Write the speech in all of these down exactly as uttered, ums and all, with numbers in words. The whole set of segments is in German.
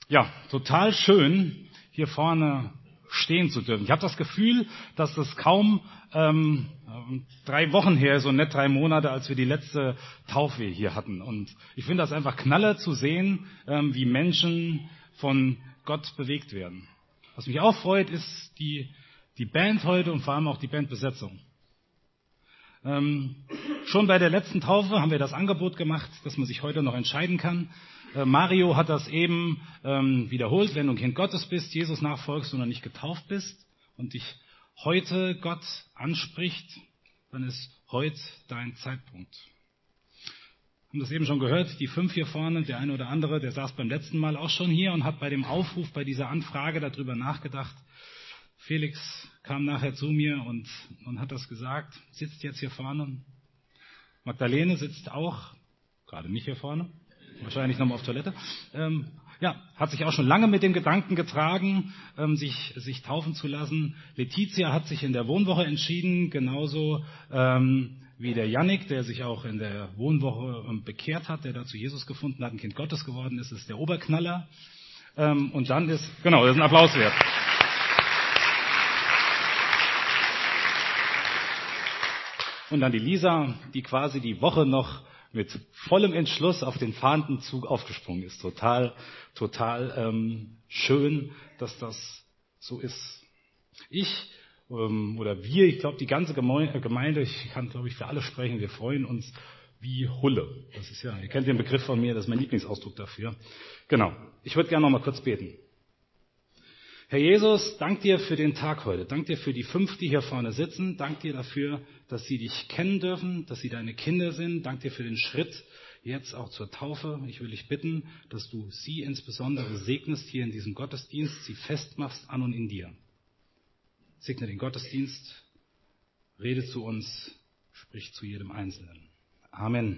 Ja, total schön, hier vorne stehen zu dürfen. Ich habe das Gefühl, dass es kaum ähm, drei Wochen her, so nett drei Monate, als wir die letzte Taufe hier hatten. Und ich finde das einfach knaller zu sehen, ähm, wie Menschen von Gott bewegt werden. Was mich auch freut, ist die, die Band heute und vor allem auch die Bandbesetzung. Ähm, schon bei der letzten Taufe haben wir das Angebot gemacht, dass man sich heute noch entscheiden kann. Äh, Mario hat das eben ähm, wiederholt, wenn du ein Kind Gottes bist, Jesus nachfolgst und noch nicht getauft bist und dich heute Gott anspricht, dann ist heute dein Zeitpunkt. Wir haben das eben schon gehört, die fünf hier vorne, der eine oder andere, der saß beim letzten Mal auch schon hier und hat bei dem Aufruf, bei dieser Anfrage darüber nachgedacht. Felix kam nachher zu mir und, und hat das gesagt, sitzt jetzt hier vorne. Magdalene sitzt auch, gerade nicht hier vorne, wahrscheinlich nochmal auf Toilette. Ähm, ja, hat sich auch schon lange mit dem Gedanken getragen, ähm, sich, sich taufen zu lassen. Letizia hat sich in der Wohnwoche entschieden, genauso ähm, wie der Yannick, der sich auch in der Wohnwoche ähm, bekehrt hat, der da zu Jesus gefunden hat, ein Kind Gottes geworden ist, ist der Oberknaller. Ähm, und dann ist, genau, das ist ein Applaus wert. Und dann die Lisa, die quasi die Woche noch mit vollem Entschluss auf den fahrenden Zug aufgesprungen ist. Total, total ähm, schön, dass das so ist. Ich ähm, oder wir, ich glaube die ganze Gemeinde, ich kann glaube ich für alle sprechen, wir freuen uns wie Hulle. Das ist ja, ihr kennt den Begriff von mir, das ist mein Lieblingsausdruck dafür. Genau, ich würde gerne noch mal kurz beten. Herr Jesus, dank dir für den Tag heute. Dank dir für die fünf, die hier vorne sitzen. Dank dir dafür, dass sie dich kennen dürfen, dass sie deine Kinder sind. Dank dir für den Schritt jetzt auch zur Taufe. Ich will dich bitten, dass du sie insbesondere segnest hier in diesem Gottesdienst, sie festmachst an und in dir. Segne den Gottesdienst, rede zu uns, sprich zu jedem Einzelnen. Amen.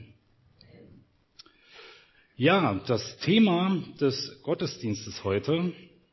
Ja, das Thema des Gottesdienstes heute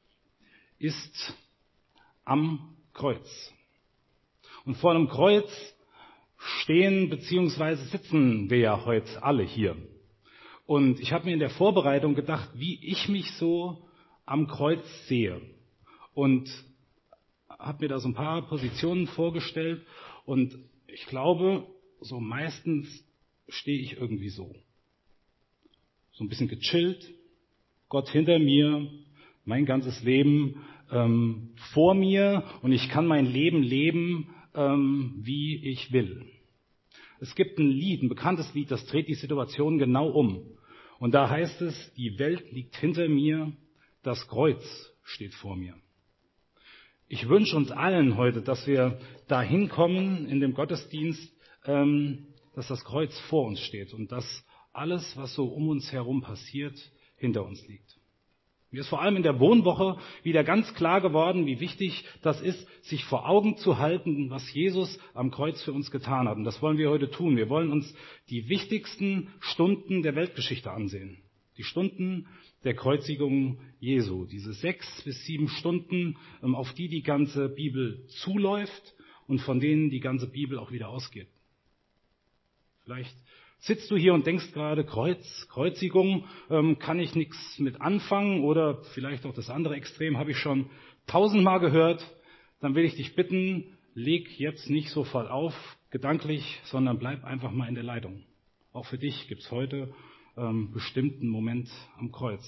ist am Kreuz. Und vor einem Kreuz stehen bzw. sitzen wir ja heute alle hier. Und ich habe mir in der Vorbereitung gedacht, wie ich mich so am Kreuz sehe. Und habe mir da so ein paar Positionen vorgestellt. Und ich glaube, so meistens stehe ich irgendwie so. So ein bisschen gechillt, Gott hinter mir, mein ganzes Leben ähm, vor mir und ich kann mein Leben leben, ähm, wie ich will. Es gibt ein Lied, ein bekanntes Lied, das dreht die Situation genau um. Und da heißt es, die Welt liegt hinter mir, das Kreuz steht vor mir. Ich wünsche uns allen heute, dass wir dahin kommen in dem Gottesdienst, ähm, dass das Kreuz vor uns steht und dass alles, was so um uns herum passiert, hinter uns liegt. Mir ist vor allem in der Wohnwoche wieder ganz klar geworden, wie wichtig das ist, sich vor Augen zu halten, was Jesus am Kreuz für uns getan hat. Und das wollen wir heute tun. Wir wollen uns die wichtigsten Stunden der Weltgeschichte ansehen. Die Stunden der Kreuzigung Jesu. Diese sechs bis sieben Stunden, auf die die ganze Bibel zuläuft und von denen die ganze Bibel auch wieder ausgeht. Vielleicht sitzt du hier und denkst gerade, Kreuz, Kreuzigung, ähm, kann ich nichts mit anfangen oder vielleicht auch das andere Extrem habe ich schon tausendmal gehört. Dann will ich dich bitten, leg jetzt nicht sofort auf, gedanklich, sondern bleib einfach mal in der Leitung. Auch für dich gibt's heute ähm, bestimmten Moment am Kreuz.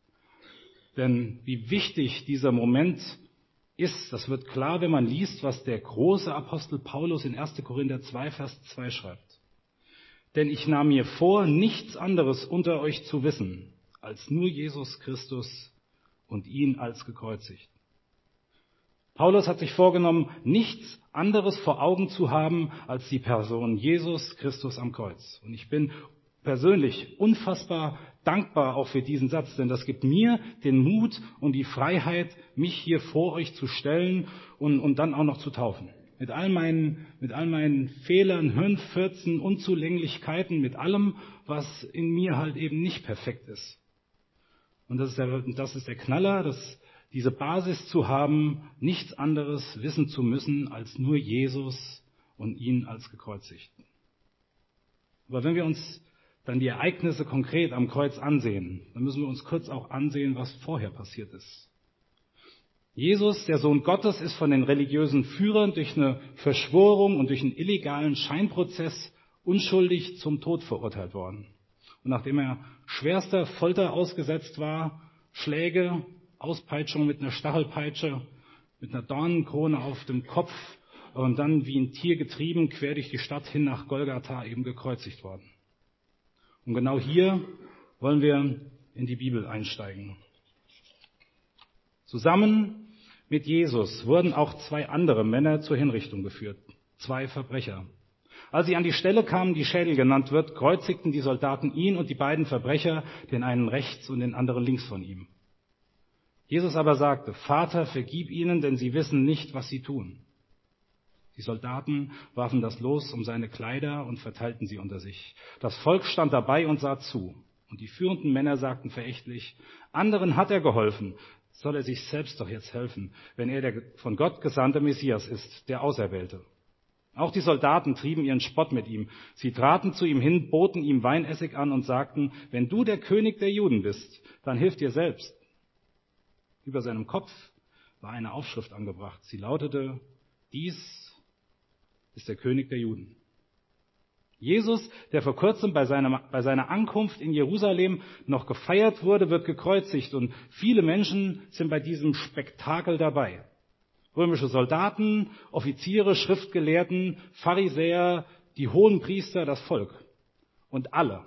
Denn wie wichtig dieser Moment ist, das wird klar, wenn man liest, was der große Apostel Paulus in erster Korinther zwei, Vers zwei schreibt. Denn ich nahm mir vor, nichts anderes unter euch zu wissen, als nur Jesus Christus und ihn als gekreuzigt. Paulus hat sich vorgenommen, nichts anderes vor Augen zu haben, als die Person Jesus Christus am Kreuz. Und ich bin persönlich unfassbar dankbar auch für diesen Satz, denn das gibt mir den Mut und die Freiheit, mich hier vor euch zu stellen und, und dann auch noch zu taufen. Mit all meinen, mit all meinen Fehlern, Hirnfürzen, Unzulänglichkeiten, mit allem, was in mir halt eben nicht perfekt ist. Und das ist der, das ist der Knaller, dass diese Basis zu haben, nichts anderes wissen zu müssen, als nur Jesus und ihn als gekreuzigten. Aber wenn wir uns dann die Ereignisse konkret am Kreuz ansehen, dann müssen wir uns kurz auch ansehen, was vorher passiert ist. Jesus, der Sohn Gottes, ist von den religiösen Führern durch eine Verschwörung und durch einen illegalen Scheinprozess unschuldig zum Tod verurteilt worden. Und nachdem er schwerster Folter ausgesetzt war, Schläge, Auspeitschung mit einer Stachelpeitsche, mit einer Dornenkrone auf dem Kopf und dann wie ein Tier getrieben, quer durch die Stadt hin nach Golgatha eben gekreuzigt worden. Und genau hier wollen wir in die Bibel einsteigen. Zusammen mit Jesus wurden auch zwei andere Männer zur Hinrichtung geführt, zwei Verbrecher. Als sie an die Stelle kamen, die Schädel genannt wird, kreuzigten die Soldaten ihn und die beiden Verbrecher, den einen rechts und den anderen links von ihm. Jesus aber sagte, Vater, vergib ihnen, denn sie wissen nicht, was sie tun. Die Soldaten warfen das Los um seine Kleider und verteilten sie unter sich. Das Volk stand dabei und sah zu. Und die führenden Männer sagten verächtlich, anderen hat er geholfen, soll er sich selbst doch jetzt helfen, wenn er der von Gott gesandte Messias ist, der Auserwählte. Auch die Soldaten trieben ihren Spott mit ihm. Sie traten zu ihm hin, boten ihm Weinessig an und sagten, wenn du der König der Juden bist, dann hilf dir selbst. Über seinem Kopf war eine Aufschrift angebracht. Sie lautete, dies ist der König der Juden. Jesus, der vor kurzem bei seiner, bei seiner Ankunft in Jerusalem noch gefeiert wurde, wird gekreuzigt und viele Menschen sind bei diesem Spektakel dabei. Römische Soldaten, Offiziere, Schriftgelehrten, Pharisäer, die Hohenpriester, das Volk. Und alle,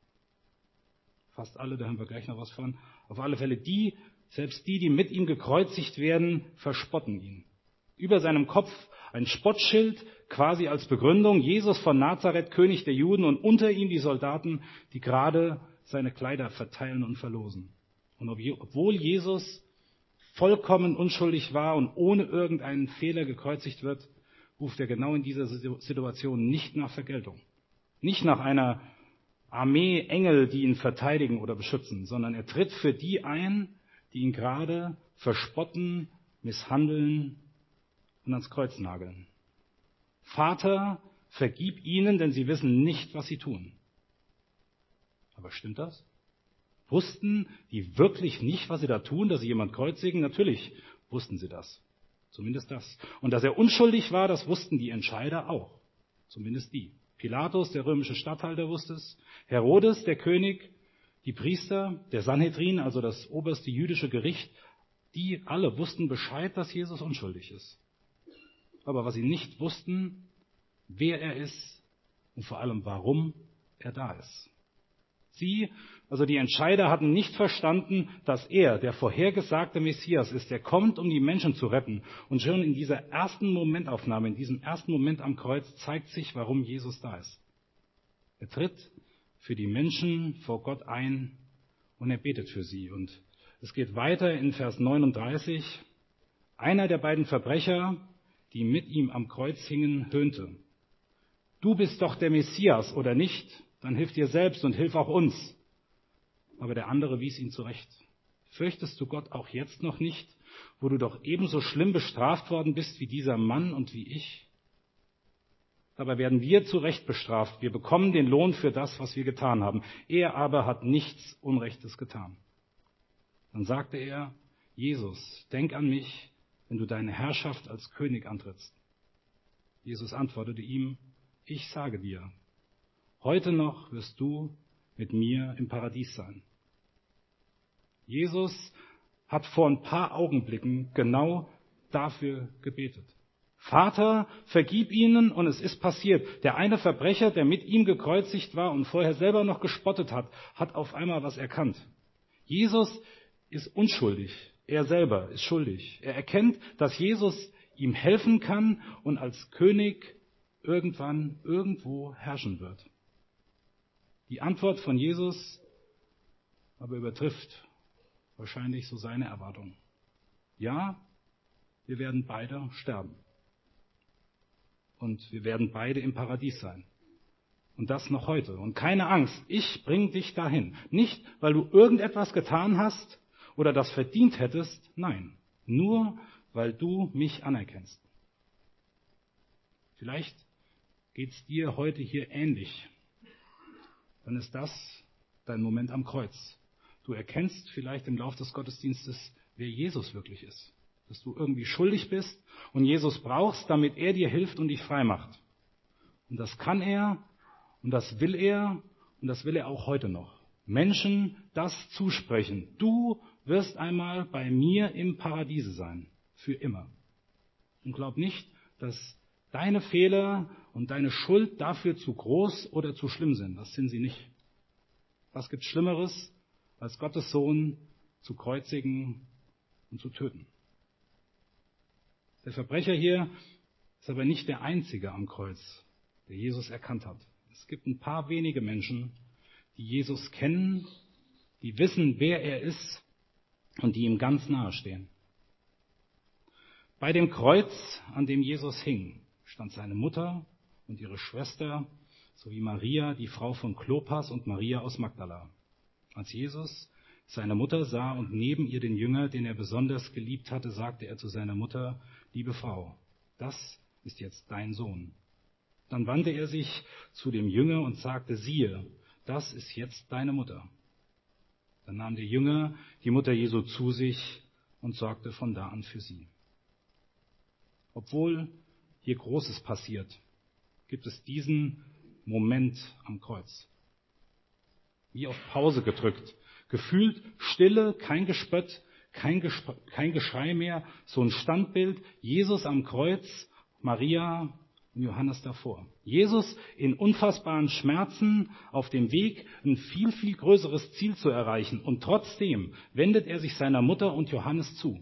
fast alle, da haben wir gleich noch was von, auf alle Fälle die, selbst die, die mit ihm gekreuzigt werden, verspotten ihn. Über seinem Kopf ein Spottschild, quasi als Begründung, Jesus von Nazareth, König der Juden, und unter ihm die Soldaten, die gerade seine Kleider verteilen und verlosen. Und obwohl Jesus vollkommen unschuldig war und ohne irgendeinen Fehler gekreuzigt wird, ruft er genau in dieser Situation nicht nach Vergeltung. Nicht nach einer Armee Engel, die ihn verteidigen oder beschützen, sondern er tritt für die ein, die ihn gerade verspotten, misshandeln und ans Kreuz nageln. Vater, vergib ihnen, denn sie wissen nicht, was sie tun. Aber stimmt das? Wussten die wirklich nicht, was sie da tun, dass sie jemand kreuzigen? Natürlich wussten sie das. Zumindest das. Und dass er unschuldig war, das wussten die Entscheider auch. Zumindest die. Pilatus, der römische Statthalter, wusste es. Herodes, der König, die Priester, der Sanhedrin, also das oberste jüdische Gericht, die alle wussten Bescheid, dass Jesus unschuldig ist. Aber was sie nicht wussten, wer er ist und vor allem, warum er da ist. Sie, also die Entscheider, hatten nicht verstanden, dass er der vorhergesagte Messias ist, der kommt, um die Menschen zu retten. Und schon in dieser ersten Momentaufnahme, in diesem ersten Moment am Kreuz, zeigt sich, warum Jesus da ist. Er tritt für die Menschen vor Gott ein und er betet für sie. Und es geht weiter in Vers neununddreißig. Einer der beiden Verbrecher, die mit ihm am Kreuz hingen, höhnte. Du bist doch der Messias, oder nicht? Dann hilf dir selbst und hilf auch uns. Aber der andere wies ihn zurecht. Fürchtest du Gott auch jetzt noch nicht, wo du doch ebenso schlimm bestraft worden bist wie dieser Mann und wie ich? Dabei werden wir zu Recht bestraft. Wir bekommen den Lohn für das, was wir getan haben. Er aber hat nichts Unrechtes getan. Dann sagte er, Jesus, denk an mich, wenn du deine Herrschaft als König antrittst. Jesus antwortete ihm, ich sage dir, heute noch wirst du mit mir im Paradies sein. Jesus hat vor ein paar Augenblicken genau dafür gebetet. Vater, vergib ihnen, und es ist passiert. Der eine Verbrecher, der mit ihm gekreuzigt war und vorher selber noch gespottet hat, hat auf einmal was erkannt. Jesus ist unschuldig. Er selber ist schuldig. Er erkennt, dass Jesus ihm helfen kann und als König irgendwann irgendwo herrschen wird. Die Antwort von Jesus aber übertrifft wahrscheinlich so seine Erwartung. Ja, wir werden beide sterben. Und wir werden beide im Paradies sein. Und das noch heute. Und keine Angst, ich bringe dich dahin. Nicht, weil du irgendetwas getan hast oder das verdient hättest. Nein, nur, weil du mich anerkennst. Vielleicht geht es dir heute hier ähnlich. dann ist das dein Moment am Kreuz. Du erkennst vielleicht im Laufe des Gottesdienstes, wer Jesus wirklich ist. Dass du irgendwie schuldig bist und Jesus brauchst, damit er dir hilft und dich frei macht. Und das kann er und das will er und das will er auch heute noch. Menschen das zusprechen. Du wirst einmal bei mir im Paradiese sein. Für immer. Und glaub nicht, dass deine Fehler und deine Schuld dafür zu groß oder zu schlimm sind. Das sind sie nicht. Was gibt Schlimmeres, als Gottes Sohn zu kreuzigen und zu töten? Der Verbrecher hier ist aber nicht der Einzige am Kreuz, der Jesus erkannt hat. Es gibt ein paar wenige Menschen, die Jesus kennen, die wissen, wer er ist und die ihm ganz nahe stehen. Bei dem Kreuz, an dem Jesus hing, stand seine Mutter und ihre Schwester sowie Maria, die Frau von Klopas, und Maria aus Magdala. Als Jesus seine Mutter sah und neben ihr den Jünger, den er besonders geliebt hatte, sagte er zu seiner Mutter: Liebe Frau, das ist jetzt dein Sohn. Dann wandte er sich zu dem Jünger und sagte: Siehe, das ist jetzt deine Mutter. Dann nahm der Jünger die Mutter Jesu zu sich und sorgte von da an für sie. Obwohl hier Großes passiert, gibt es diesen Moment am Kreuz. Wie auf Pause gedrückt. Gefühlt Stille, kein Gespött, kein, Gesp- kein Geschrei mehr. So ein Standbild. Jesus am Kreuz, Maria und Johannes davor. Jesus in unfassbaren Schmerzen auf dem Weg, ein viel, viel größeres Ziel zu erreichen. Und trotzdem wendet er sich seiner Mutter und Johannes zu.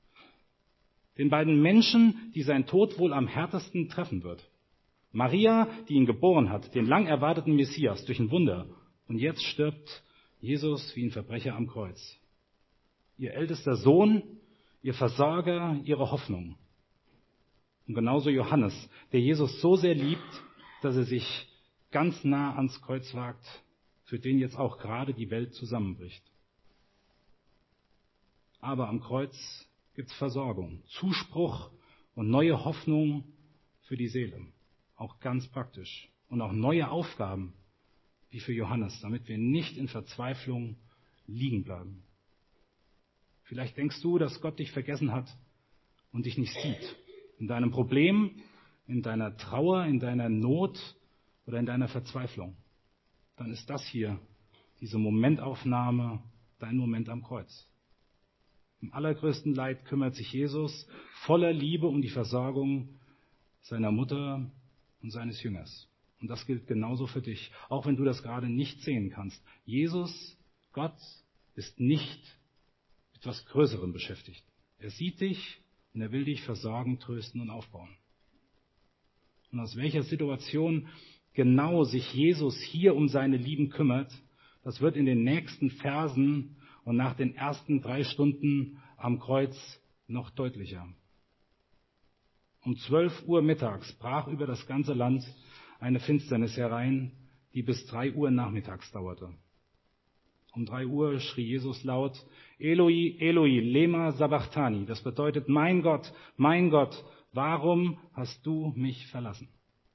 Den beiden Menschen, die sein Tod wohl am härtesten treffen wird. Maria, die ihn geboren hat, den lang erwarteten Messias durch ein Wunder. Und jetzt stirbt Jesus wie ein Verbrecher am Kreuz. Ihr ältester Sohn, ihr Versorger, ihre Hoffnung. Und genauso Johannes, der Jesus so sehr liebt, dass er sich ganz nah ans Kreuz wagt, für den jetzt auch gerade die Welt zusammenbricht. Aber am Kreuz gibt es Versorgung, Zuspruch und neue Hoffnung für die Seele. Auch ganz praktisch. Und auch neue Aufgaben, wie für Johannes, damit wir nicht in Verzweiflung liegen bleiben. Vielleicht denkst du, dass Gott dich vergessen hat und dich nicht sieht. In deinem Problem, in deiner Trauer, in deiner Not oder in deiner Verzweiflung. Dann ist das hier, diese Momentaufnahme, dein Moment am Kreuz. Im allergrößten Leid kümmert sich Jesus voller Liebe um die Versorgung seiner Mutter und seines Jüngers. Und das gilt genauso für dich, auch wenn du das gerade nicht sehen kannst. Jesus, Gott, ist nicht mit etwas Größerem beschäftigt. Er sieht dich und er will dich versorgen, trösten und aufbauen. Und aus welcher Situation genau sich Jesus hier um seine Lieben kümmert, das wird in den nächsten Versen und nach den ersten drei Stunden am Kreuz noch deutlicher. Um zwölf Uhr mittags brach über das ganze Land eine Finsternis herein, die bis drei Uhr nachmittags dauerte. Um drei Uhr schrie Jesus laut: Eloi, Eloi, lema sabachthani. Das bedeutet: Mein Gott, mein Gott, warum hast du mich verlassen?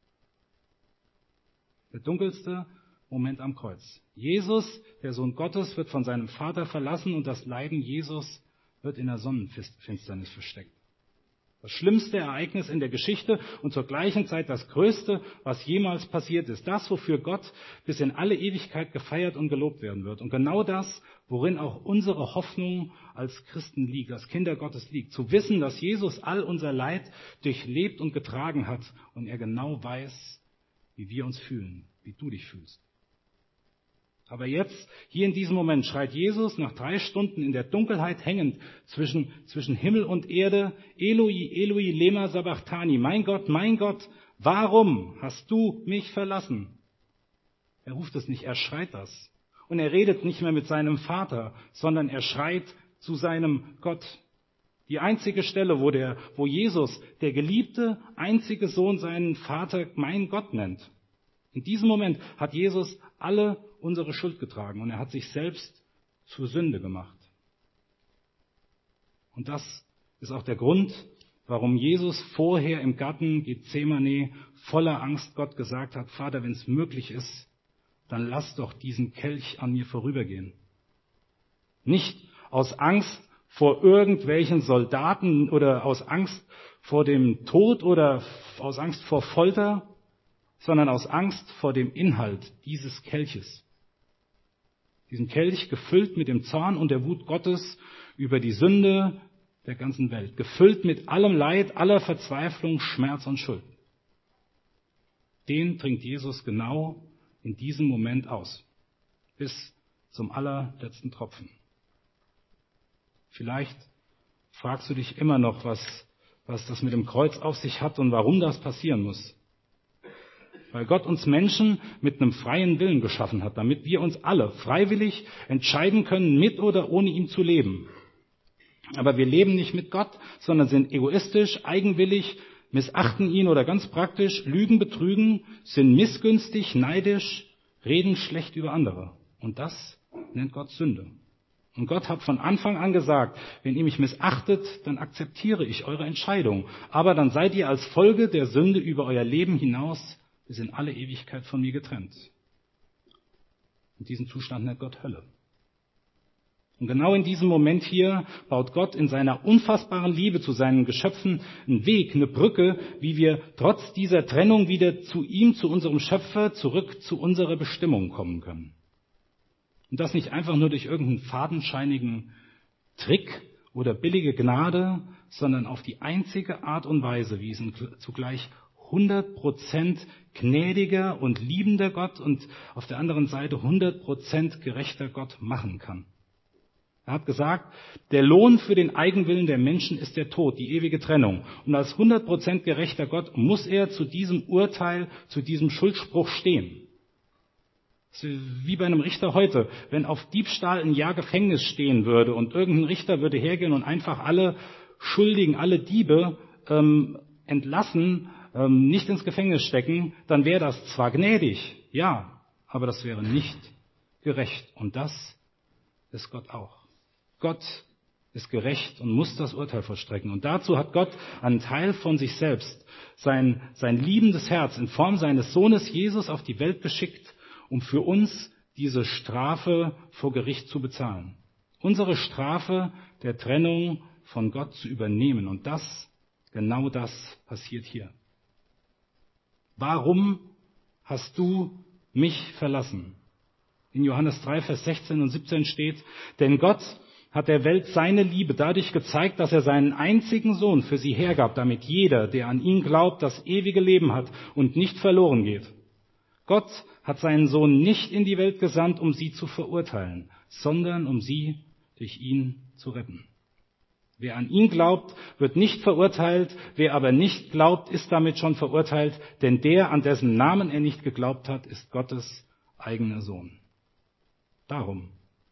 Der dunkelste Moment am Kreuz. Jesus, der Sohn Gottes, wird von seinem Vater verlassen und das Leiden Jesus wird in der Sonnenfinsternis versteckt. Das schlimmste Ereignis in der Geschichte und zur gleichen Zeit das größte, was jemals passiert ist. Das, wofür Gott bis in alle Ewigkeit gefeiert und gelobt werden wird. Und genau das, worin auch unsere Hoffnung als Christen liegt, als Kinder Gottes liegt. Zu wissen, dass Jesus all unser Leid durchlebt und getragen hat und er genau weiß, wie wir uns fühlen, wie du dich fühlst. Aber jetzt, hier in diesem Moment, schreit Jesus nach drei Stunden in der Dunkelheit hängend zwischen, zwischen Himmel und Erde: Eloi, Eloi, lema sabachthani. Mein Gott, mein Gott, warum hast du mich verlassen? Er ruft es nicht, er schreit das. Und er redet nicht mehr mit seinem Vater, sondern er schreit zu seinem Gott. Die einzige Stelle, wo, der, wo Jesus, der geliebte, einzige Sohn, seinen Vater mein Gott nennt. In diesem Moment hat Jesus alle unsere Schuld getragen und er hat sich selbst zur Sünde gemacht. Und das ist auch der Grund, warum Jesus vorher im Garten Gethsemane voller Angst Gott gesagt hat: Vater, wenn es möglich ist, dann lass doch diesen Kelch an mir vorübergehen. Nicht aus Angst vor irgendwelchen Soldaten oder aus Angst vor dem Tod oder aus Angst vor Folter, sondern aus Angst vor dem Inhalt dieses Kelches. Diesen Kelch gefüllt mit dem Zorn und der Wut Gottes über die Sünde der ganzen Welt, gefüllt mit allem Leid, aller Verzweiflung, Schmerz und Schuld. Den trinkt Jesus genau in diesem Moment aus, bis zum allerletzten Tropfen. Vielleicht fragst du dich immer noch, was, was das mit dem Kreuz auf sich hat und warum das passieren muss. Weil Gott uns Menschen mit einem freien Willen geschaffen hat, damit wir uns alle freiwillig entscheiden können, mit oder ohne ihn zu leben. Aber wir leben nicht mit Gott, sondern sind egoistisch, eigenwillig, missachten ihn oder ganz praktisch, lügen, betrügen, sind missgünstig, neidisch, reden schlecht über andere. Und das nennt Gott Sünde. Und Gott hat von Anfang an gesagt, wenn ihr mich missachtet, dann akzeptiere ich eure Entscheidung. Aber dann seid ihr als Folge der Sünde über euer Leben hinaus bis in alle Ewigkeit von mir getrennt. Und diesen Zustand nennt Gott Hölle. Und genau in diesem Moment hier baut Gott in seiner unfassbaren Liebe zu seinen Geschöpfen einen Weg, eine Brücke, wie wir trotz dieser Trennung wieder zu ihm, zu unserem Schöpfer, zurück zu unserer Bestimmung kommen können. Und das nicht einfach nur durch irgendeinen fadenscheinigen Trick oder billige Gnade, sondern auf die einzige Art und Weise, wie es ein zugleich hundert Prozent gnädiger und liebender Gott und auf der anderen Seite hundert Prozent gerechter Gott machen kann. Er hat gesagt, der Lohn für den Eigenwillen der Menschen ist der Tod, die ewige Trennung. Und als hundert Prozent gerechter Gott muss er zu diesem Urteil, zu diesem Schuldspruch stehen. Das ist wie bei einem Richter heute. Wenn auf Diebstahl ein Jahr Gefängnis stehen würde und irgendein Richter würde hergehen und einfach alle Schuldigen, alle Diebe ähm, entlassen, ähm, nicht ins Gefängnis stecken, dann wäre das zwar gnädig, ja, aber das wäre nicht gerecht. Und das ist Gott auch. Gott ist gerecht und muss das Urteil vollstrecken. Und dazu hat Gott einen Teil von sich selbst, sein, sein liebendes Herz in Form seines Sohnes Jesus auf die Welt geschickt, um für uns diese Strafe vor Gericht zu bezahlen. Unsere Strafe der Trennung von Gott zu übernehmen. Und das, genau das passiert hier. Warum hast du mich verlassen? In Johannes drei, Vers sechzehn und siebzehn steht, denn Gott hat der Welt seine Liebe dadurch gezeigt, dass er seinen einzigen Sohn für sie hergab, damit jeder, der an ihn glaubt, das ewige Leben hat und nicht verloren geht. Gott hat seinen Sohn nicht in die Welt gesandt, um sie zu verurteilen, sondern um sie durch ihn zu retten. Wer an ihn glaubt, wird nicht verurteilt, wer aber nicht glaubt, ist damit schon verurteilt, denn der, an dessen Namen er nicht geglaubt hat, ist Gottes eigener Sohn. Darum.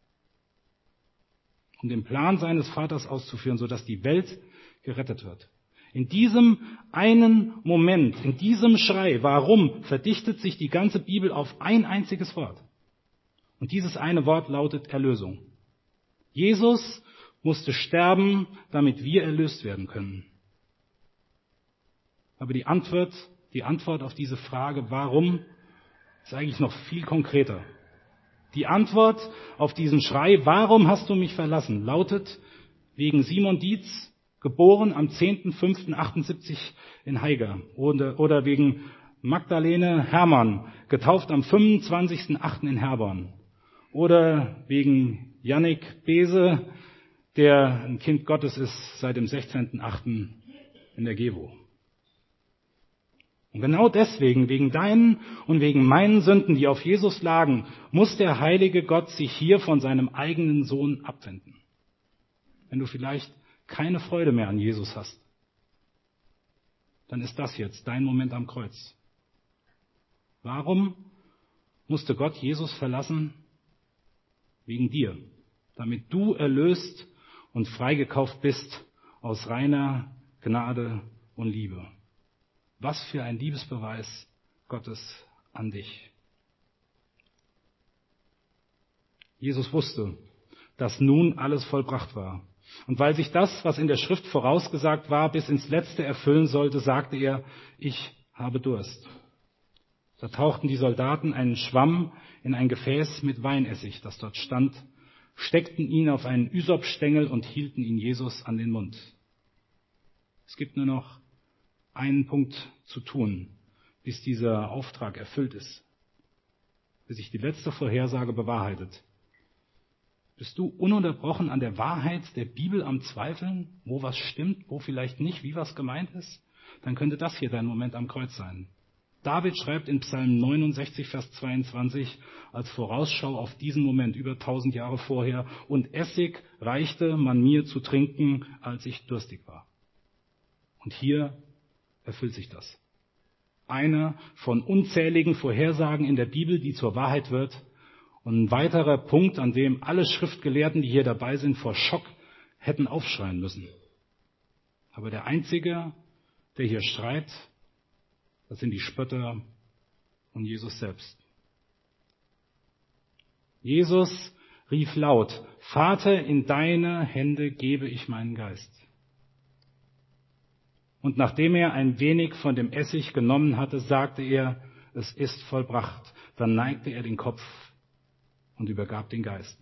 Um den Plan seines Vaters auszuführen, sodass die Welt gerettet wird. In diesem einen Moment, in diesem Schrei, warum, verdichtet sich die ganze Bibel auf ein einziges Wort. Und dieses eine Wort lautet Erlösung. Jesus musste sterben, damit wir erlöst werden können. Aber die Antwort, die Antwort auf diese Frage, warum, ist eigentlich noch viel konkreter. Die Antwort auf diesen Schrei, warum hast du mich verlassen, lautet wegen Simon Dietz, geboren am zehnten fünften achtundsiebzig in Haiger, oder, oder wegen Magdalene Hermann, getauft am fünfundzwanzigsten achten in Herborn, oder wegen Yannick Bese, der ein Kind Gottes ist seit dem sechzehnten achten in der Gewo. Und genau deswegen, wegen deinen und wegen meinen Sünden, die auf Jesus lagen, muss der heilige Gott sich hier von seinem eigenen Sohn abwenden. Wenn du vielleicht keine Freude mehr an Jesus hast, dann ist das jetzt dein Moment am Kreuz. Warum musste Gott Jesus verlassen? Wegen dir, damit du erlöst und freigekauft bist aus reiner Gnade und Liebe. Was für ein Liebesbeweis Gottes an dich. Jesus wusste, dass nun alles vollbracht war. Und weil sich das, was in der Schrift vorausgesagt war, bis ins Letzte erfüllen sollte, sagte er, ich habe Durst. Da tauchten die Soldaten einen Schwamm in ein Gefäß mit Weinessig, das dort stand, steckten ihn auf einen Ysopstängel und hielten ihn Jesus an den Mund. Es gibt nur noch einen Punkt zu tun, bis dieser Auftrag erfüllt ist, bis sich die letzte Vorhersage bewahrheitet. Bist du ununterbrochen an der Wahrheit der Bibel am Zweifeln, wo was stimmt, wo vielleicht nicht, wie was gemeint ist? Dann könnte das hier dein Moment am Kreuz sein. David schreibt in Psalm neunundsechzig, Vers zweiundzwanzig als Vorausschau auf diesen Moment über tausend Jahre vorher: Und Essig reichte man mir zu trinken, als ich durstig war. Und hier erfüllt sich das. Eine von unzähligen Vorhersagen in der Bibel, die zur Wahrheit wird. Und ein weiterer Punkt, an dem alle Schriftgelehrten, die hier dabei sind, vor Schock hätten aufschreien müssen. Aber der Einzige, der hier schreit, das sind die Spötter und Jesus selbst. Jesus rief laut: Vater, in deine Hände gebe ich meinen Geist. Und nachdem er ein wenig von dem Essig genommen hatte, sagte er: Es ist vollbracht. Dann neigte er den Kopf und übergab den Geist.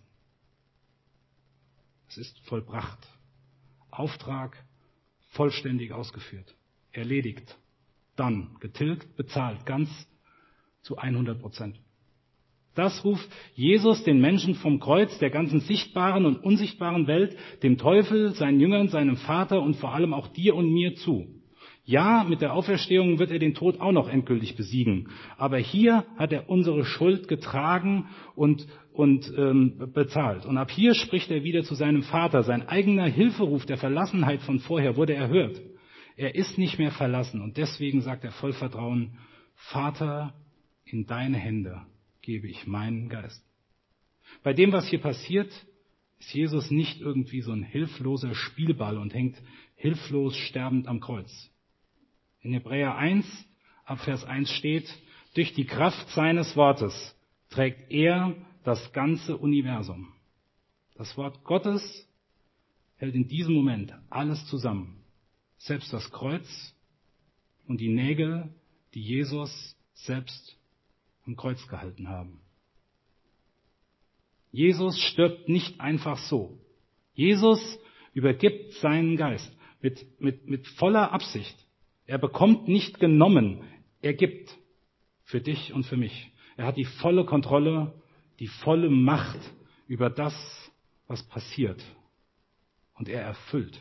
Es ist vollbracht. Auftrag vollständig ausgeführt. Erledigt. Dann getilgt, bezahlt, ganz zu hundert Prozent. Das ruft Jesus den Menschen vom Kreuz, der ganzen sichtbaren und unsichtbaren Welt, dem Teufel, seinen Jüngern, seinem Vater und vor allem auch dir und mir zu. Ja, mit der Auferstehung wird er den Tod auch noch endgültig besiegen. Aber hier hat er unsere Schuld getragen und, und ähm, bezahlt. Und ab hier spricht er wieder zu seinem Vater. Sein eigener Hilferuf der Verlassenheit von vorher wurde erhört. Er ist nicht mehr verlassen. Und deswegen sagt er voll Vertrauen: Vater, in deine Hände gebe ich meinen Geist. Bei dem, was hier passiert, ist Jesus nicht irgendwie so ein hilfloser Spielball und hängt hilflos sterbend am Kreuz. In Hebräer eins, ab Vers eins steht: Durch die Kraft seines Wortes trägt er das ganze Universum. Das Wort Gottes hält in diesem Moment alles zusammen. Selbst das Kreuz und die Nägel, die Jesus selbst am Kreuz gehalten haben. Jesus stirbt nicht einfach so. Jesus übergibt seinen Geist mit, mit, mit voller Absicht. Er bekommt nicht genommen, er gibt für dich und für mich. Er hat die volle Kontrolle, die volle Macht über das, was passiert. Und er erfüllt.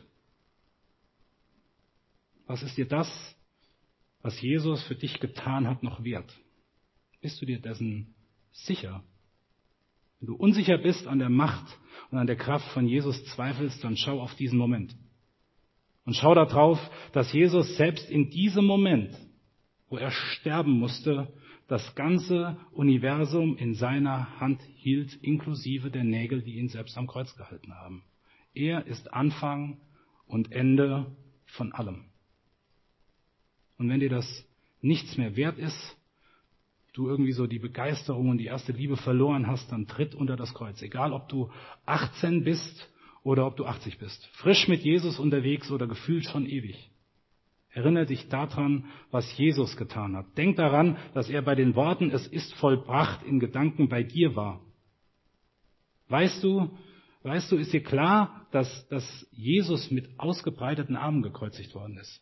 Was ist dir das, was Jesus für dich getan hat, noch wert? Bist du dir dessen sicher? Wenn du unsicher bist an der Macht und an der Kraft von Jesus zweifelst, dann schau auf diesen Moment. Und schau darauf, dass Jesus selbst in diesem Moment, wo er sterben musste, das ganze Universum in seiner Hand hielt, inklusive der Nägel, die ihn selbst am Kreuz gehalten haben. Er ist Anfang und Ende von allem. Und wenn dir das nichts mehr wert ist, du irgendwie so die Begeisterung und die erste Liebe verloren hast, dann tritt unter das Kreuz. Egal, ob du achtzehn bist oder ob du achtzig bist. Frisch mit Jesus unterwegs oder gefühlt schon ewig. Erinnere dich daran, was Jesus getan hat. Denk daran, dass er bei den Worten "Es ist vollbracht" in Gedanken bei dir war. Weißt du, weißt du, ist dir klar, dass, dass Jesus mit ausgebreiteten Armen gekreuzigt worden ist?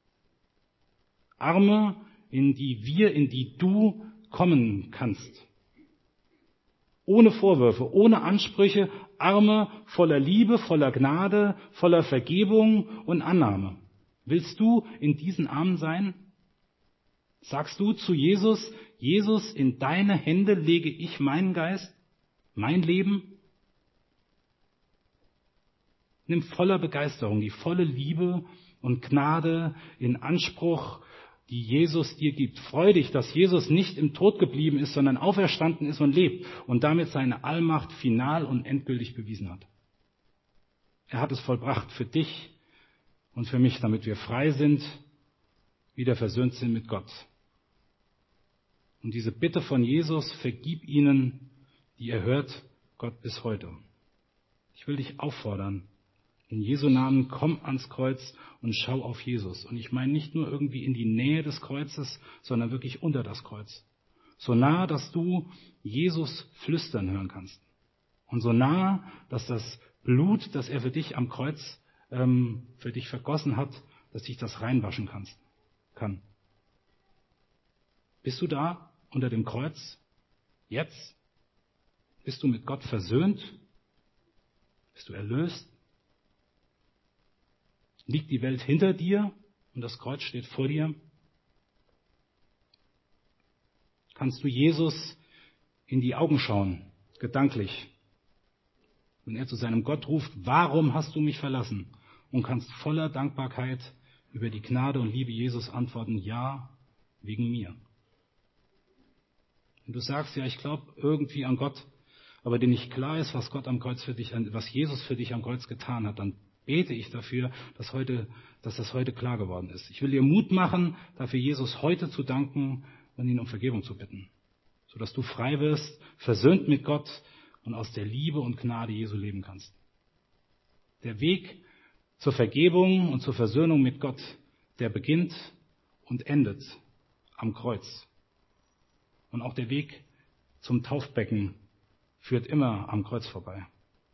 Arme, in die wir, in die du kommen kannst. Ohne Vorwürfe, ohne Ansprüche, Arme voller Liebe, voller Gnade, voller Vergebung und Annahme. Willst du in diesen Armen sein? Sagst du zu Jesus: Jesus, in deine Hände lege ich meinen Geist, mein Leben? Nimm voller Begeisterung die volle Liebe und Gnade in Anspruch, die Jesus dir gibt. Freu dich, dass Jesus nicht im Tod geblieben ist, sondern auferstanden ist und lebt und damit seine Allmacht final und endgültig bewiesen hat. Er hat es vollbracht für dich und für mich, damit wir frei sind, wieder versöhnt sind mit Gott. Und diese Bitte von Jesus: Vergib ihnen, die erhört Gott bis heute. Ich will dich auffordern, in Jesu Namen, komm ans Kreuz und schau auf Jesus. Und ich meine nicht nur irgendwie in die Nähe des Kreuzes, sondern wirklich unter das Kreuz. So nah, dass du Jesus flüstern hören kannst. Und so nah, dass das Blut, das er für dich am Kreuz ähm, für dich vergossen hat, dass dich das reinwaschen kannst, kann. Bist du da unter dem Kreuz? Jetzt? Bist du mit Gott versöhnt? Bist du erlöst? Liegt die Welt hinter dir und das Kreuz steht vor dir? Kannst du Jesus in die Augen schauen, gedanklich, wenn er zu seinem Gott ruft, warum hast du mich verlassen? Und kannst voller Dankbarkeit über die Gnade und Liebe Jesus antworten, ja, wegen mir. Wenn du sagst, ja, ich glaube irgendwie an Gott, aber dir nicht klar ist, was Gott am Kreuz für dich, was Jesus für dich am Kreuz getan hat, dann bete ich dafür, dass heute, dass das heute klar geworden ist. Ich will dir Mut machen, dafür Jesus heute zu danken und ihn um Vergebung zu bitten, sodass du frei wirst, versöhnt mit Gott und aus der Liebe und Gnade Jesu leben kannst. Der Weg zur Vergebung und zur Versöhnung mit Gott, der beginnt und endet am Kreuz. Und auch der Weg zum Taufbecken führt immer am Kreuz vorbei.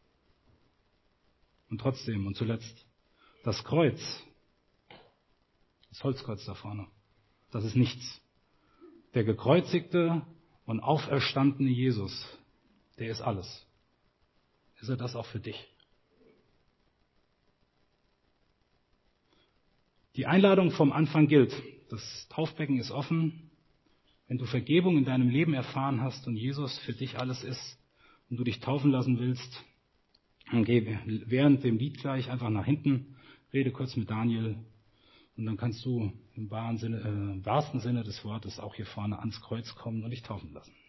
Und trotzdem und zuletzt, das Kreuz, das Holzkreuz da vorne, das ist nichts. Der gekreuzigte und auferstandene Jesus, der ist alles. Ist er das auch für dich? Die Einladung vom Anfang gilt. Das Taufbecken ist offen. Wenn du Vergebung in deinem Leben erfahren hast und Jesus für dich alles ist und du dich taufen lassen willst, dann geh während dem Lied gleich einfach nach hinten, rede kurz mit Daniel und dann kannst du im wahren Sinne, äh, im wahrsten Sinne des Wortes auch hier vorne ans Kreuz kommen und dich taufen lassen.